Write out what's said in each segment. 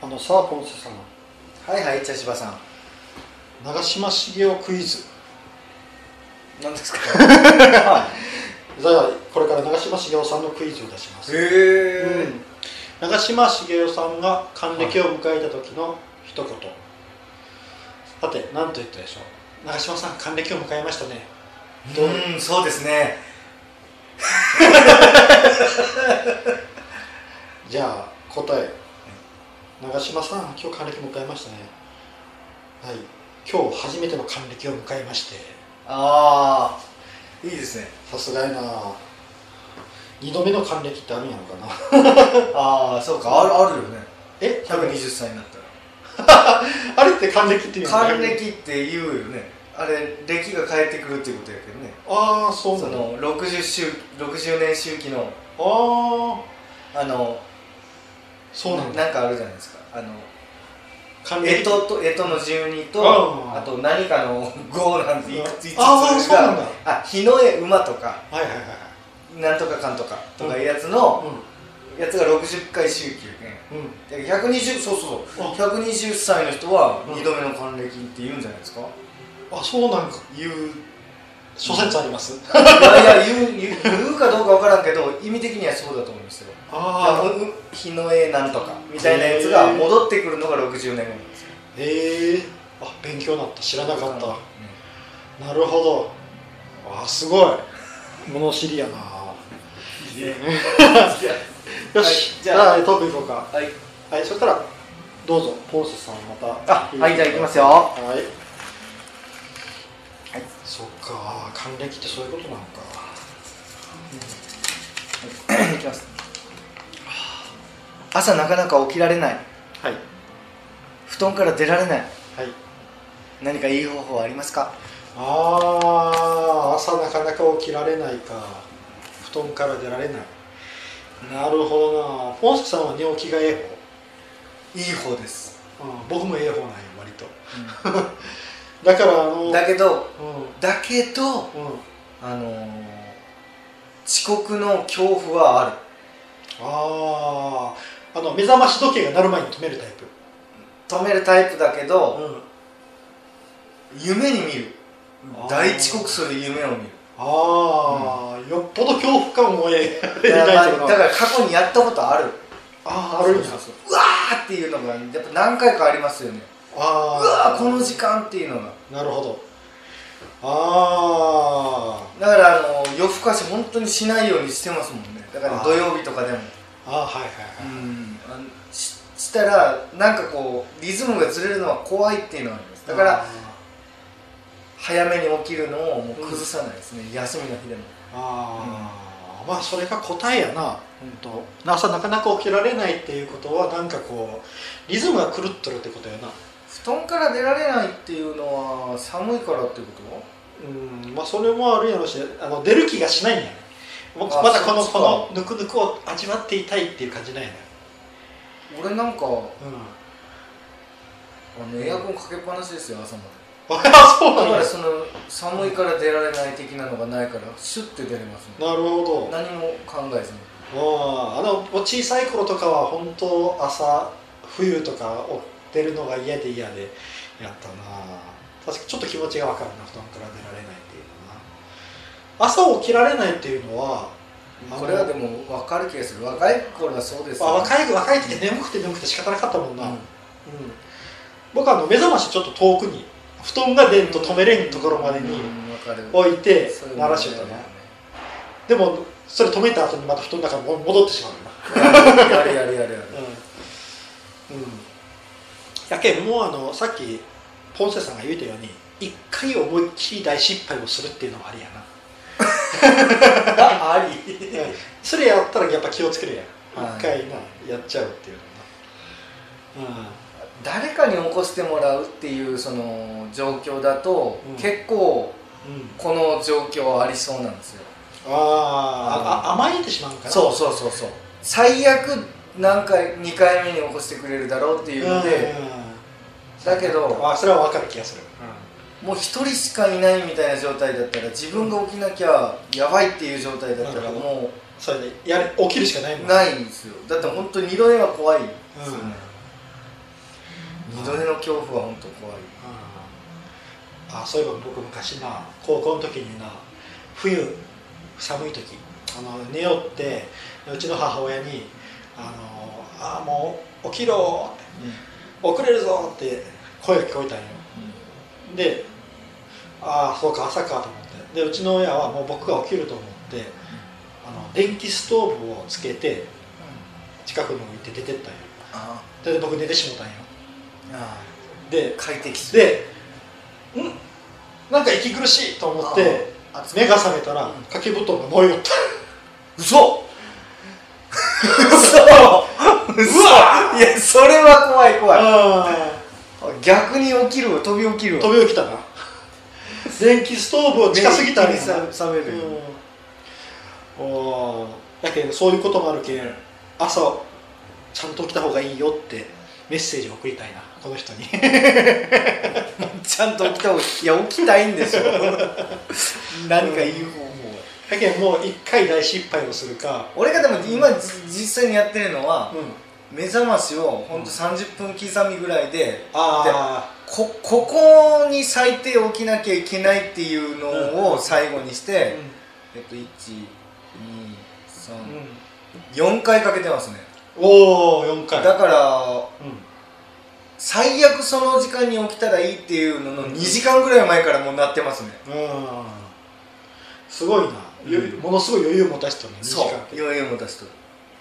さあポンセさん、 はいはい、茶芝さん。 長嶋茂雄クイズ。 何ですか？ はい、じゃあこれから長嶋茂雄さんのクイズを出します。長嶋茂雄さんが還暦を迎えた時の一言、さて何と言ったでしょう。長嶋さん還暦を迎えましたね。 そうですね。 じゃあ答え、長嶋さん今日還暦を迎えましたね。はい、今日初めての還暦を迎えまして。 ああ、いいですね。 さすがやな。2度目の還暦ってあるんやろかな。 ああ、そうか、あるよね。120歳になったらあれって還暦っていうの？ 還暦って言うよね。あれ、暦が変えてくるっていうことやけどね。 ああ、そうなの。60年周期のそうなんだ。 なんかあるじゃないですか。干支の12と、あと何かの5なんていくつが、日の絵馬とか、なんとかかんとかとかいうやつのやつが60回周期やけん。120歳の人は2度目の還暦って言うんじゃないですか。 あ、そうなんか。言う諸説あります。 いや言うかどうかわからんけど、意味的にはそうだと思いますよ。日の絵なんとかみたいなやつが戻ってくるのが60年後なんですよ。 あ、勉強になった。知らなかった。なるほど。あ、すごい物知りやな。よし、じゃあトークいこうか。はい、そしたらどうぞポンセさんまた。 はい、じゃあいきますよ。 はい、そっか、還暦ってそういうことなのか。 いきます。朝なかなか起きられない。 はい。 布団から出られない。 はい。 何かいい方法はありますか？ 朝なかなか起きられないか。布団から出られない。なるほどな。ポンセさんは寝起きがええ方？いい方です。 僕もええ方なんよ、割と。だからだけど、遅刻の恐怖はある。 目覚まし時計が鳴る前に止めるタイプだけど、夢に見る。大遅刻する夢を見る。 よっぽど恐怖感をだから過去にやったことある。 あるんや。 うわーっていうのがやっぱ何回かありますよね。うわーこの時間っていうのが。 なるほど。 だから夜更かし本当にしないようにしてますもんね。だから土曜日とかでもしたらなんかこうリズムがずれるのは怖いっていうのがあります。だから早めに起きるのをもう崩さないですね、休みの日でも。 まあそれが答えやな。朝なかなか起きられないっていうことはなんかこうリズムが狂っとるってことやな。 布団から出られないっていうのは寒いからってこと？ まあそれもあるやろし、出る気がしないんやね。まだこのぬくぬくを味わっていたいっていう感じなんやね。 俺なんかエアコンかけっぱなしですよ、朝まで。 そうなんだ。 だから寒いから出られない的なのがないからシュッて出れますね。 なるほど。 何も考えずに。 小さい頃とかは本当冬とか出るのが嫌でやったな。確かちょっと気持ちが分かるな、布団から出られないっていうのは。朝起きられないっていうのはこれはでも分かる気がする。若い頃はそうですよ、 ね。若い時眠くて仕方なかったもんな。僕は目覚ましちょっと遠くに布団が出んと止めれんところまでに置いて鳴らしとったな。でもそれ止めた後にまた布団の中に戻ってしまうな。 やるやけんもうさっきポンセさんが言うたように一回思いっきり大失敗をするっていうのもありやな。 ありそれやったらやっぱ気をつけるやん。一回やっちゃうっていうのな。 誰かに起こしてもらうっていうその状況だと、結構この状況ありそうなんですよ。 甘えてしまうかな。 そう最悪2回目に起こしてくれるだろうっていうので、だけどそれは分かる気がする。 もう1人しかいないみたいな状態だったら、自分が起きなきゃやばいっていう状態だったらもうそれで起きるしかないもん。 ないんですよ。だって本当に2度目は怖いですよね。 二度寝の恐怖は本当怖い。 そういえば僕昔な高校の時にな冬寒い時寝よってうちの母親にもう起きろって、遅れるぞって声が聞こえたんよ、でそうか朝かと思って、でうちの親はもう僕が起きると思って電気ストーブをつけて近くに置いて出てったんよ。で僕寝てしもたんよ。で快適でなんか息苦しいと思って目が覚めたら掛け布団が燃えよった。 嘘いやそれは怖い逆に起きるわ、飛び起きるわ。 飛び起きたな。電気ストーブを近すぎたら冷めるよ。だけどそういうこともあるけん朝ちゃんと起きた方がいいよってメッセージを送りたいな、この人に。 ちゃんと起きた方がいや起きたいんでしょ。何か言う方法だけどもう1回大失敗をするか。 俺がでも今実際にやってるのは、目覚ましをほんと30分刻みぐらいで、ここに最低起きなきゃいけないっていうのを最後にして、4回かけてますね。 4回だから、最悪その時間に起きたらいいっていうのの2時間ぐらい前からもうなってますね。 すごいな、ものすごい余裕持たしとるね。 そう余裕持たしとる。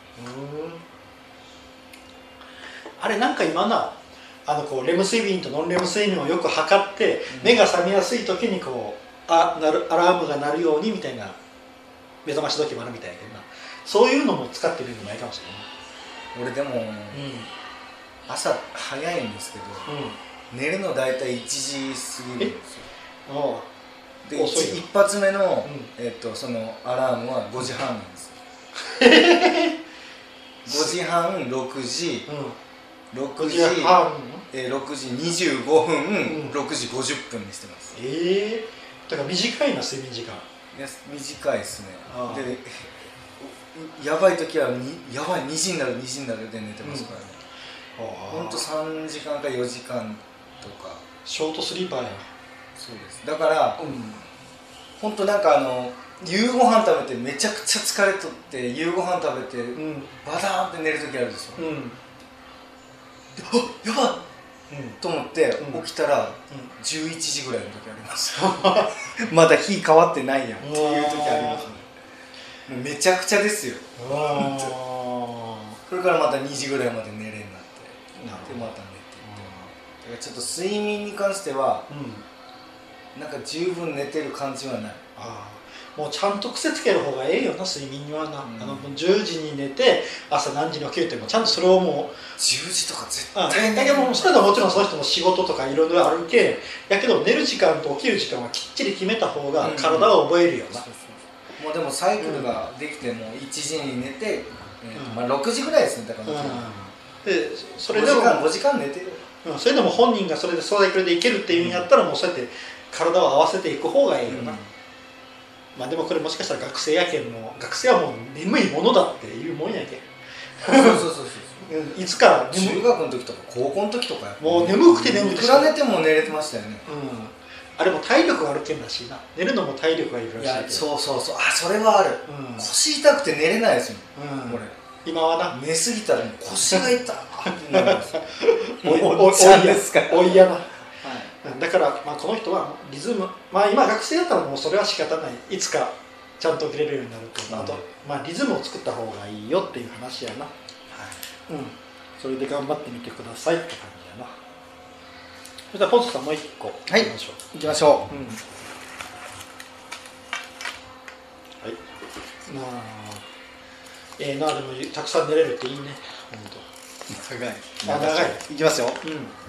あれなんか今なこうレム睡眠とノンレム睡眠をよく測って、目が覚めやすい時にこうアラームが鳴るようにみたいな目覚まし時もあるみたいだけどな、そういうのも使ってみるのもいいかもしれない。 俺でも、朝早いんですけど、寝るの大体1時過ぎるんですよ。で一発目の、そのアラームは5時半なんですよ。5時半、6時、6時25分、6時50分にしてます。 だから短いな、睡眠時間。 いや短いですね。でやばい時はやばい2時になるで寝てますからね。ほんと3時間か4時間とか。 ショートスリーパーや。 そうです。だから、ほんとなんか夕ご飯食べてめちゃくちゃ疲れとって夕ご飯食べて、バターンって寝る時あるでしょ。やばいと思って起きたら11時ぐらいの時あります。まだ日変わってないやんっていう時ありますね。もうめちゃくちゃですよ。これからまた2時ぐらいまで寝れんなって、でまた寝て、だからちょっと睡眠に関しては、なんか十分寝てる感じはない。もうちゃんと癖つける方がええよな、睡眠にはな。10時に寝て朝何時に起きるってもちゃんとそれをもう 10時とか絶対だけどもそれはもちろんその人の仕事とかいろいろあるけやけど、寝る時間と起きる時間はきっちり決めた方が体は覚えるよな。 もうでもサイクルができても1時に寝て、6時ぐらいですね。だからでそれでも 5時間寝てる。 それでも本人がそれでサイクルでいけるっていうんやったら、もうそうやって体を合わせていく方がいいよな。まあでもこれもしかしたら学生やけんも学生はもう眠いものだっていうもんやけん。いつから中学の時とか高校の時とかもう眠くて眠くていくら寝ても寝れてましたよね。 あれも体力があるけんらしいな。寝るのも体力がいるらしい。いやそうそれはある。腰痛くて寝れないですもん。これ今はな寝すぎたら腰が痛いってなります。 おいやな。だから、この人はリズム、今学生だったらもうそれは仕方ない、いつかちゃんと起きれるようになると、あと、リズムを作った方がいいよっていう話やな。それで頑張ってみてくださいって感じやな。それではポンズさんもう一個いきましょう。 でもたくさん寝れるっていいね。 長い。いきますよ。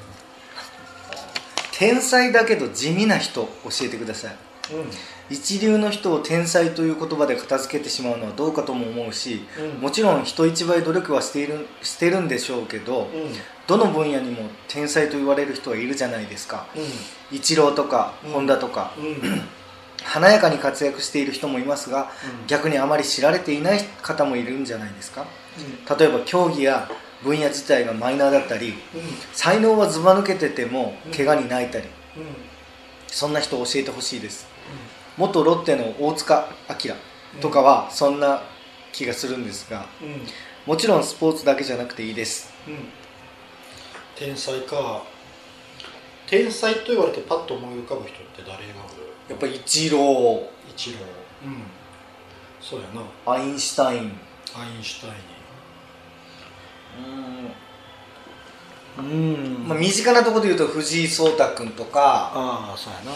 天才だけど地味な人教えてください。一流の人を天才という言葉で片付けてしまうのはどうかとも思うし、もちろん人一倍努力はしてるんでしょうけど、どの分野にも天才と言われる人はいるじゃないですか。イチローとか本田とか、華やかに活躍している人もいますが、逆にあまり知られていない方もいるんじゃないですか。例えば競技や分野自体がマイナーだったり、才能はずば抜けてても怪我に泣いたり、そんな人を教えてほしいです。元ロッテの大塚明とかはそんな気がするんですが、もちろんスポーツだけじゃなくていいです。 天才か。天才と言われてパッと思い浮かぶ人って誰がおる？ やっぱりイチロー。 そうやな。 アインシュタイン。まあ身近なところで言うと藤井聡太君とか。 そうやな。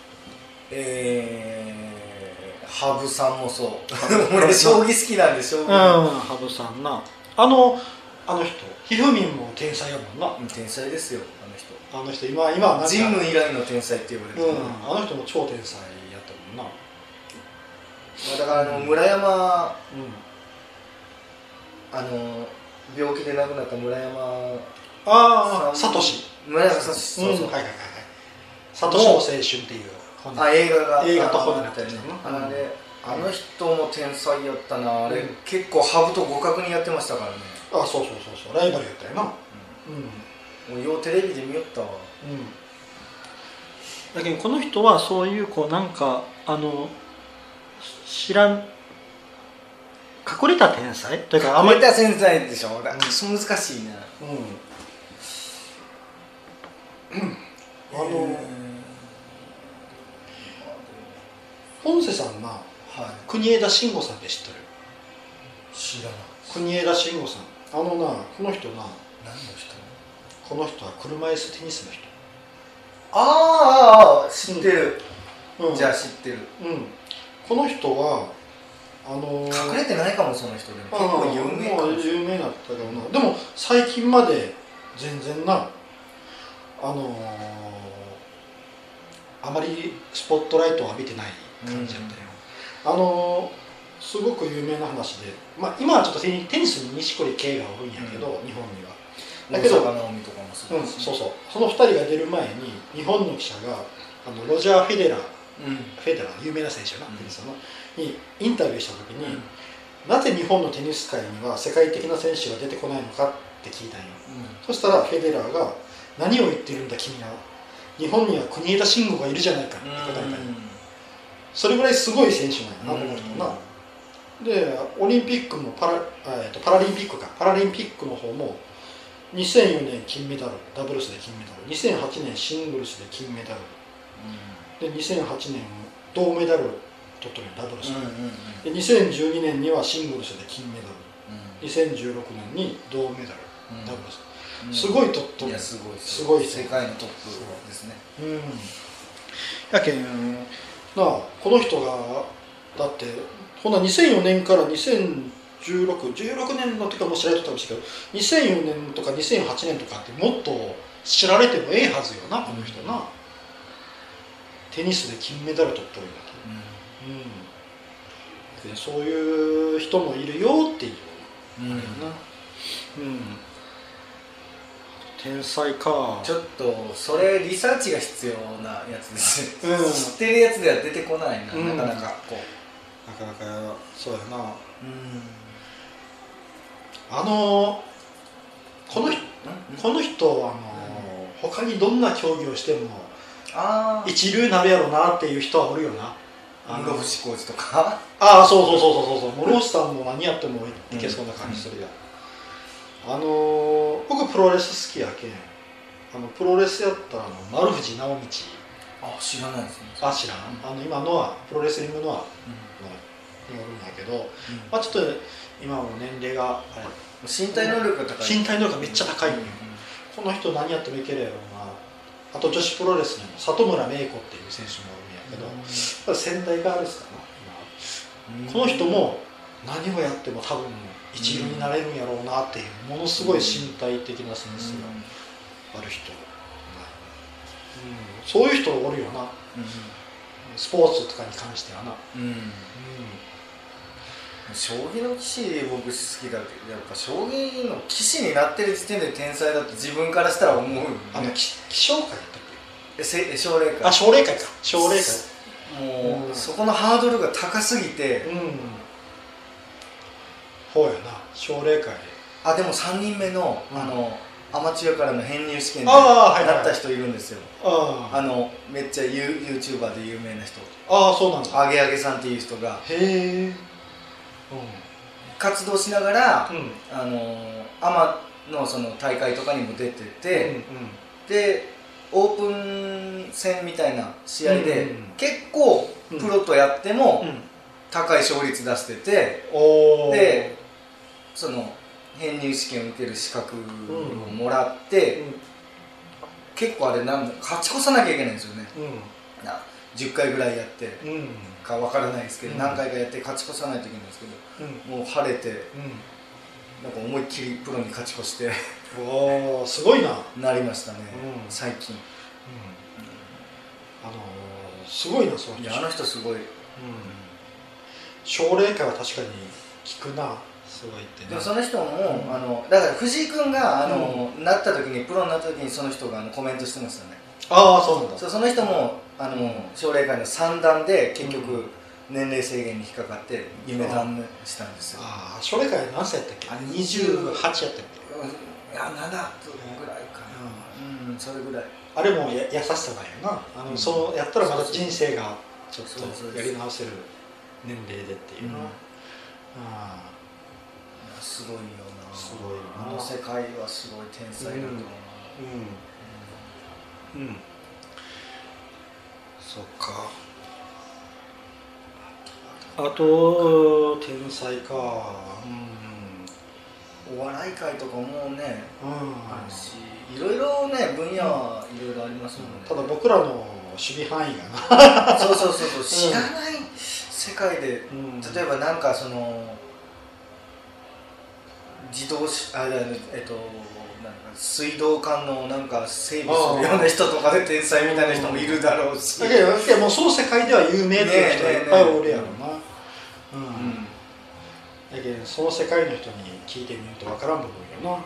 羽生さんもそう。俺将棋好きなんで将棋。 羽生さんな。あの人、ひふみんも天才やもんな。 天才ですよ、 あの人。今は人類以来の天才って言われてる。 あの人も超天才やったもんな。 だから村山、病気で亡くなった村山聡。 村山聡。そう。 聡の青春っていう映画と本になってるな。あの人も天才やったな。あれ結構羽生と互角にやってましたからね。 そうライバルやったよな。もうようテレビで見よったわ。 だけどこの人はそういうなんか知らん隠れた天才というか、 隠れた天才でしょ。難しいな。 本瀬さんな、国枝慎吾さんって知ってる？ 知らない。 国枝慎吾さん、この人な。 何の人？ この人は車椅子テニスの人。 知ってる。じゃあ知ってる。 この人は隠れてないかも。その人でも結構有名だったけどな。でも最近まで全然なあまりスポットライトを浴びてない感じだったよ。すごく有名な話で、今はちょっとテニスに錦織圭がおるんやけど、日本には。だけどその2人が出る前に日本の記者がロジャー・フェデラー、有名な選手な、テニスのにインタビューした時に、なぜ日本のテニス界には世界的な選手が出てこないのかって聞いたんよ。そしたらフェデラーが「何を言ってるんだ君は、日本には国枝慎吾がいるじゃないか」って答えたんよ。それぐらいすごい選手なんやな、この人な。でオリンピックもパラリンピックの方も2004年金メダル、ダブルスで金メダル、2008年シングルスで金メダル、で2008年銅メダル取ってるダブルスで、2012年にはシングルスで金メダル、2016年に銅メダル、ダブルス、すごい取ってる。 すごい世界のトップですね。 やけんこの人がだってほんな2004年から2016年の時はもう知られてたかもしれないけど、2004年とか2008年とかってもっと知られてもええはずよな、この人な。テニスで金メダル取っとるんだけど、そういう人もいるよっていうあれよな。天才か。 ちょっとそれリサーチが必要なやつですね。知ってるやつでは出てこないな、なかなかそうやな。この人他にどんな競技をしても一流になるやろなっていう人はおるよな。 室伏コーチとか。 そう室伏さんも何やってもいけそうな感じするやん。僕プロレス好きやけん、プロレスやったら丸藤直道。 知らないですね。 知らん。今のはプロレスリングのはにおるんだけど、ちょっと今も年齢が身体能力が高い。 身体能力がめっちゃ高いんよ。この人何やってもいけるやろうな。あと女子プロレスにも里村芽衣子っていう選手もおるんやけど、仙台ガールズかな今。この人も何をやっても多分一流になれるんやろうなっていう、ものすごい身体的なセンスがある人、そういう人おるよな、スポーツとかに関してはな。 将棋の棋士僕好きだけど、やっぱ将棋の棋士になってる時点で天才だって自分からしたら思うよね。 気象会やったっけ？ 奨励会。 奨励会か。奨励会。 もうそこのハードルが高すぎて。 ほうやな。奨励会。 でも3人目のアマチュアからの編入試験でなった人いるんですよ。めっちゃYouTuber で有名な人。 そうなんだ。 あげあげさんっていう人が活動しながらアマのその大会とかにも出てて、でオープン戦みたいな試合で結構プロとやっても高い勝率出してて、でその編入試験を受ける資格をもらって、結構あれ勝ち越さなきゃいけないんですよね。10回ぐらいやってか分からないですけど、何回かやって勝ち越さないといけないんですけど、もう晴れてなんか思いっきりプロに勝ち越してすごいなりましたね、最近。 すごいな、その人。あの人すごい。 奨励会は確かに聞くな、すごいってね。 でもその人もだから藤井君がなった時に、プロになった時にその人がコメントしてましたね。 そうなんだ。 その人も奨励会の3段で結局年齢制限に引っかかって夢断念したんですよ。 奨励会何歳やったっけ？28やったっけ？ いや、7ぐらいかな。それぐらい。 あれも優しさなんやな。そうやったらまた人生がちょっとやり直せる年齢でっていうな。 すごいよな。 すごいな。 あの世界はすごい天才だと思う。 そっか。あと天才か。 お笑い界とかもねあるし、いろいろね分野はいろいろありますもんね。 ただ僕らの守備範囲がなそう知らない世界で、例えばなんかその自動水道管のなんか整備するような人とかで天才みたいな人もいるだろうし、 だけどもうその世界では有名っていう人がいっぱいおるやろな。だけどその世界の人に聞いてみると分からん部分よな。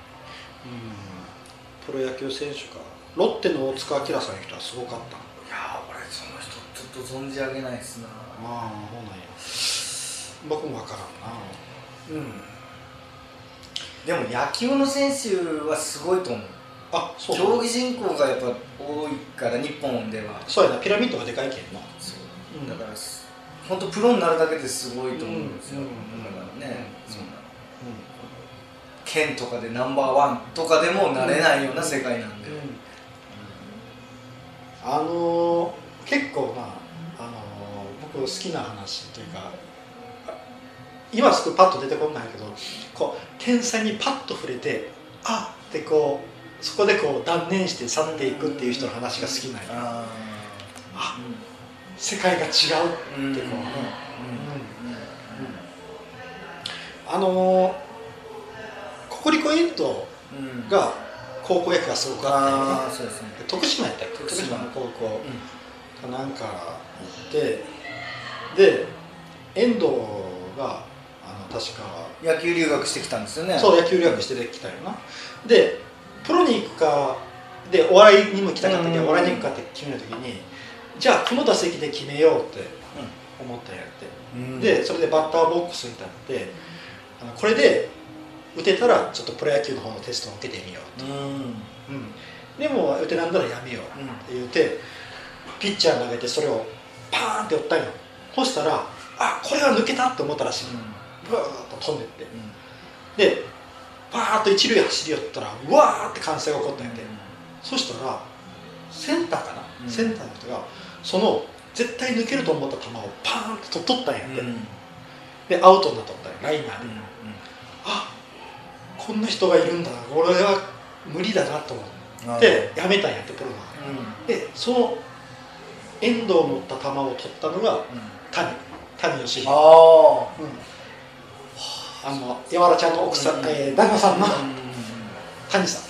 プロ野球選手か。ロッテの大塚明さんの人はすごかった。 いや俺その人ちょっと存じ上げないですな。 そうなんや。僕も分からんな。 でも野球の選手はすごいと思う。競技人口がやっぱ多いから日本では。 そうやな、ピラミッドがでかいけんな。 だから本当プロになるだけですごいと思うんですよ。だからね、そんな県とかでナンバーワンとかでもなれないような世界なんで。 結構な僕好きな話というか、今すぐパッと出てこないけど、こう天才にパッと触れてってこうそこでこう断念して去っていくっていう人の話が好きなんよ。世界が違うってこう、ココリコエンドが高校野球がすごくあったよね。徳島やったっけ？徳島の高校かなんか行って、で遠藤が確か野球留学してきたんですよね。 そう、野球留学してきたよな。でプロに行くかでお笑いにも行きたかったけど、お笑いに行くかって決めるときに、じゃあこの打席で決めようって思ったんやって、でそれでバッターボックスに立って、これで打てたらちょっとプロ野球の方のテストを受けてみようと、でも打てなんだらやめようって言って、ピッチャー投げてそれをパーンって打ったんよ。そしたらこれは抜けたって思ったらしい。ブワーッと飛んでって、でパーッと一塁走り寄ったらうわーって歓声が起こったんやて。そしたらセンターかな、センターの人がその絶対抜けると思った球をパーンと取ったんやって、でアウトになっとったんや、ライナーで。こんな人がいるんだな、俺は無理だなと思ってやめたんやって、プロが。でその遠藤の打った球を取ったのが谷義弘、やわらちゃんの奥さん、旦那さんの谷さん。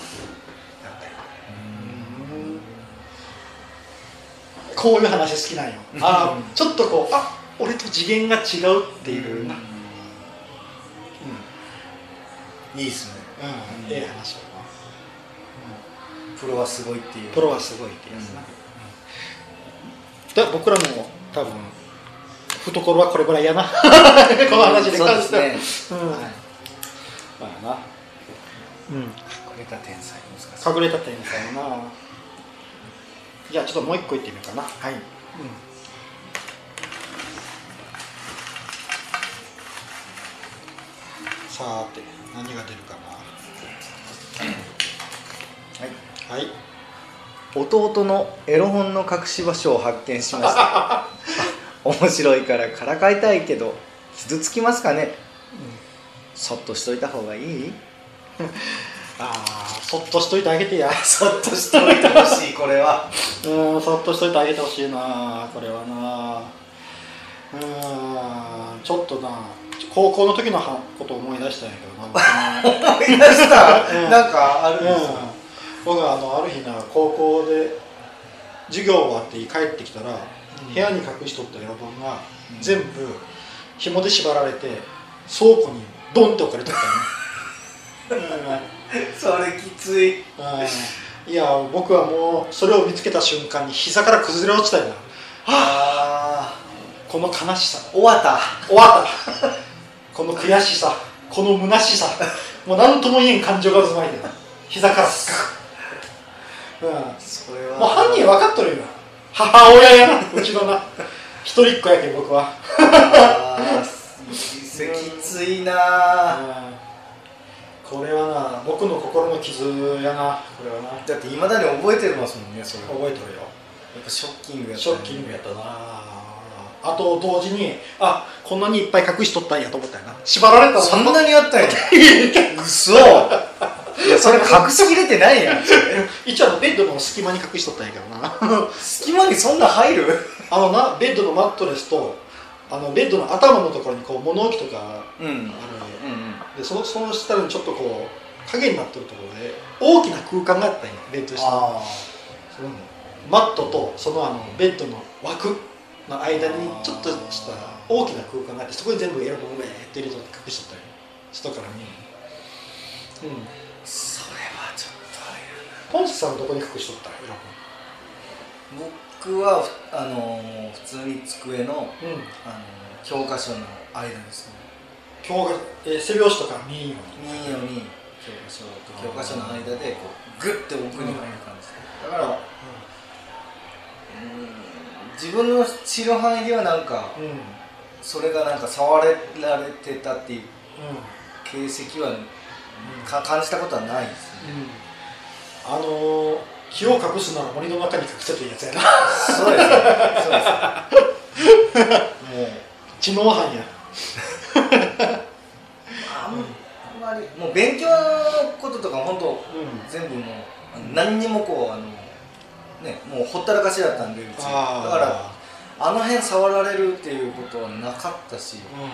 こういう話好きなんよ。ちょっとこう俺と次元が違うっていうな。 いいっすね。 ええ話だな。 プロはすごいっていう。 プロはすごいってやつな。僕らも多分懐はこれぐらいやな。この話で関しては。まあな。 うん、隠れた天才難しい。 隠れた天才な。じゃあちょっともう一個いってみようかな。 はい、うん、 さて何が出るかな。はい、はい、 弟のエロ本の隠し場所を発見しました面白いからからかいたいけど傷つきますかね、そっとしといた方がいいそっとしといてあげてやそっとしといてほしいこれはそっとしといてあげてほしいな、これはな。ちょっとな、高校の時のことを思い出したんやけどな思い出した、なんかあるんですよ、 僕はある日な、高校で授業終わって帰ってきたら、部屋に隠しとったエロ本が全部紐で縛られて倉庫にドンって置かれとったよねそれきつい。 いや、僕はもうそれを見つけた瞬間に膝から崩れ落ちたよな。この悲しさ、 終わったこの悔しさ、この虚しさ、もう何とも言えん感情が渦巻いてる膝からそれはもう犯人分かっとるよ。母親やな、うちのな一人っ子やけん僕は。 きついな。 これはな、僕の心の傷やな、これはな。 だっていまだに覚えてますもんね、それ。 覚えとるよ。 やっぱショッキングやった、ね、 ショッキングやったな。あと同時に、こんなにいっぱい隠しとったんやと思ったよな。縛られた。 そんなにあったんや嘘。いや、それ隠しきれてないやん一応ベッドの隙間に隠しとったんやけどな隙間にそんな入る？ ベッドのマットレスとベッドの頭のところにこう物置とかある、でその下にちょっとこう影になってるところで大きな空間があったんや、ベッド下に。そのマットとそのベッドの枠の間にちょっとした大きな空間があって、そこに全部エロ本をって入れとって隠しとったんや、外から見る。 それはちょっとあれやな。 ポンセさんはどこに隠しとったエロ本？僕は普通に机の、教科書の間ですね。 背拍子とか見んように教科書と教科書の間でこうグッて奥に入る感じ、だから、自分の知る範囲ではなんか、それがなんか触られてたっていう形跡は、感じたことはないですね。 気を隠すなら森の中に隠せというやつやな。 そうですね。もう知能犯や。 あんまりもう勉強のこととか本当、全部もう何にもこうもうほったらかしだったんで、うちだからあの辺触られるっていうことはなかったし、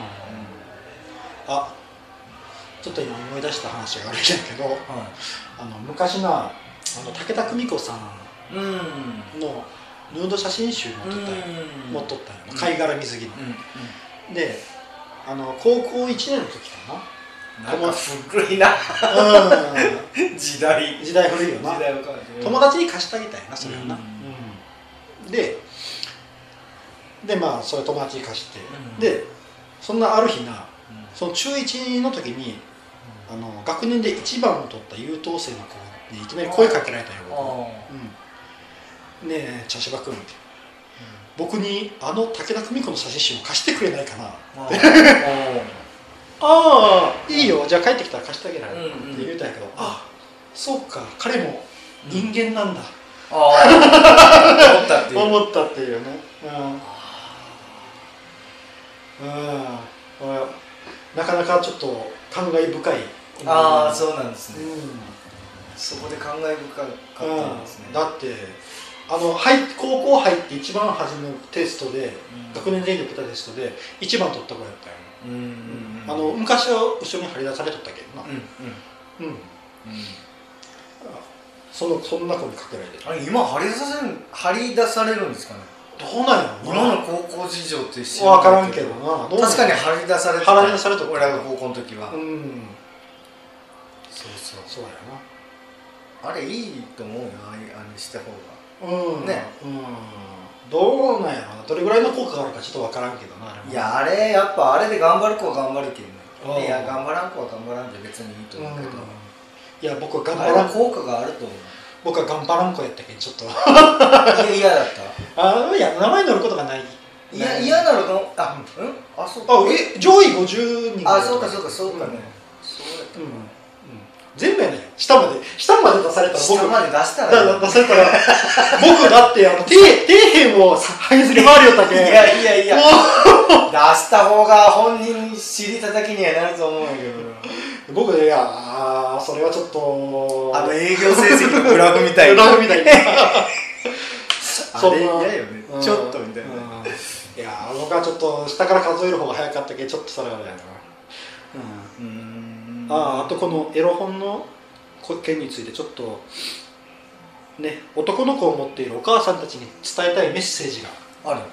ちょっと今思い出した話があるんやけど、昔な武田久美子さんのヌード写真集持っとったんや、貝殻水着の。で高校1年の時かな、 なんか古いな時代古いよな。友達に貸してあげたいな、それをな。でまあそれ友達に貸して、でそんなある日な、その中1の時に学年で1番を取った優等生の子にいきなり声かけられたよ、僕。ねえ茶芝君って、僕に武田久美子の写真集を貸してくれないかなって。いいよ、じゃあ帰ってきたら貸してあげられるって言うたんやけど、そうか、彼も人間なんだ、思ったっていうね。なかなかちょっと感慨深い。 そうなんですね。そこで感慨深かったんですね。 だって高校入って一番初めのテストで、学年全員で受けたテストで1番取った子やったよ。昔は後ろに張り出されとったけどな。そんな子にかけられてる。 今張り出されるんですかね。 どうなんやろな、 今の高校事情って知らんからんけどな。 確かに張り出されてた、俺らが高校の時は。そうやな。あれいいと思うよ、あれした方が。 どうなんやろな、どれぐらいの効果があるかちょっと分からんけどな。 いや、やっぱあれで頑張る子は頑張るけどね。 いや頑張らん子は頑張らんで別にいいと思うけど、 いや僕は頑張らん効果があると思う。 僕は頑張らん子やったけんちょっと嫌だった。 いや名前乗ることがない。 いや嫌なのか。そうか。 上位50人。 そうかね。そうやった。 全部やねん。下まで出されたら下まで出したら出されたら僕だって底辺を這いずり回るよったけん。 いや出した方が本人知りただけにはなると思うんやけど、 僕それはちょっと営業成績のグラフみたいなあれ嫌よね、ちょっとみたいな。 いや僕はちょっと下から数える方が早かったけどちょっとそれはあれやな。あとこのエロ本の件についてちょっとね、男の子を持っているお母さんたちに伝えたいメッセージがあるよ。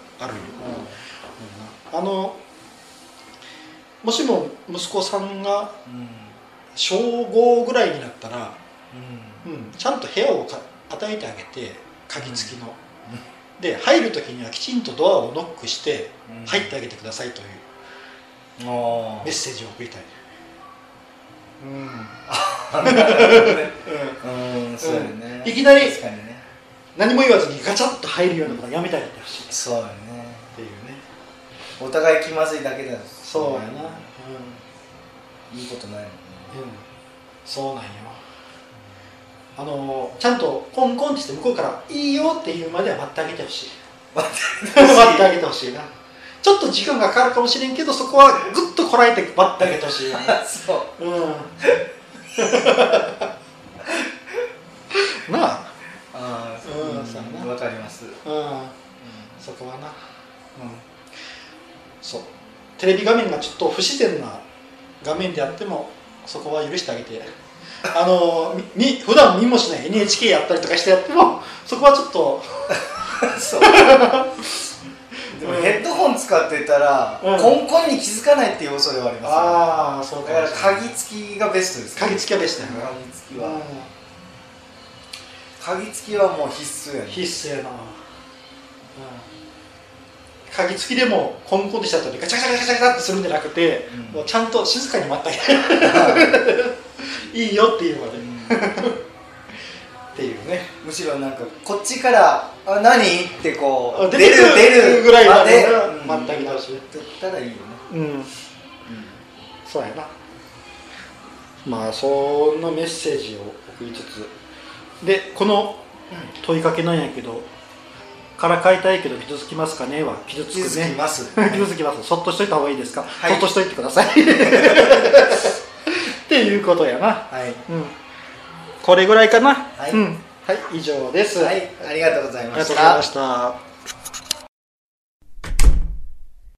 もしも息子さんが小5ぐらいになったら、ちゃんと部屋を与えてあげて、鍵付きの、で入る時にはきちんとドアをノックして入ってあげてくださいというメッセージを送りたい。 そうやね。 いきなり何も言わずにガチャッと入るようなことはやめたいってほしい。 そうやね。 っていうね。 お互い気まずいだけだ。 そうやな。 いいことないもんね。 そうなんよ。ちゃんとコンコンってして向こうからいいよって言うまでは待ってあげてほしい。待ってあげてほしいな。ちょっと時間がかかるかもしれんけど、そこはぐっとこらえて待ってあげてほしいな。 そう。 なあ。 わかります。 そこはな。そう。テレビ画面がちょっと不自然な画面であっても、そこは許してあげて。普段見もしない NHK やったりとかしてやっても、そこはちょっと。 そう。でもヘッドホン使ってたら、コンコンに気づかないっていう恐れはありますよね。そうだから鍵付きがベストです。 鍵付きはベストやな。 鍵付きはもう必須やね。 必須やな。鍵付きでもコンコンでしたとガチャガチャガチャガチャってするんじゃなくて、もうちゃんと静かに待ってあげる。いいよっていうまで。っていうね。 むしろなんかこっちから何ってこう出るぐらいまで待ってあげてほしい。 だったらいいよね。 そうやな。まあそんなメッセージを送りつつで、この問いかけなんやけど、からかいたいけど傷つきますかねは傷つくね。傷つきます。傷つきます。そっとしといた方がいいですか。そっとしといてください。っていうことやな。これぐらいかな。はい、以上です。 はい、ありがとうございました。 ありがとうございました。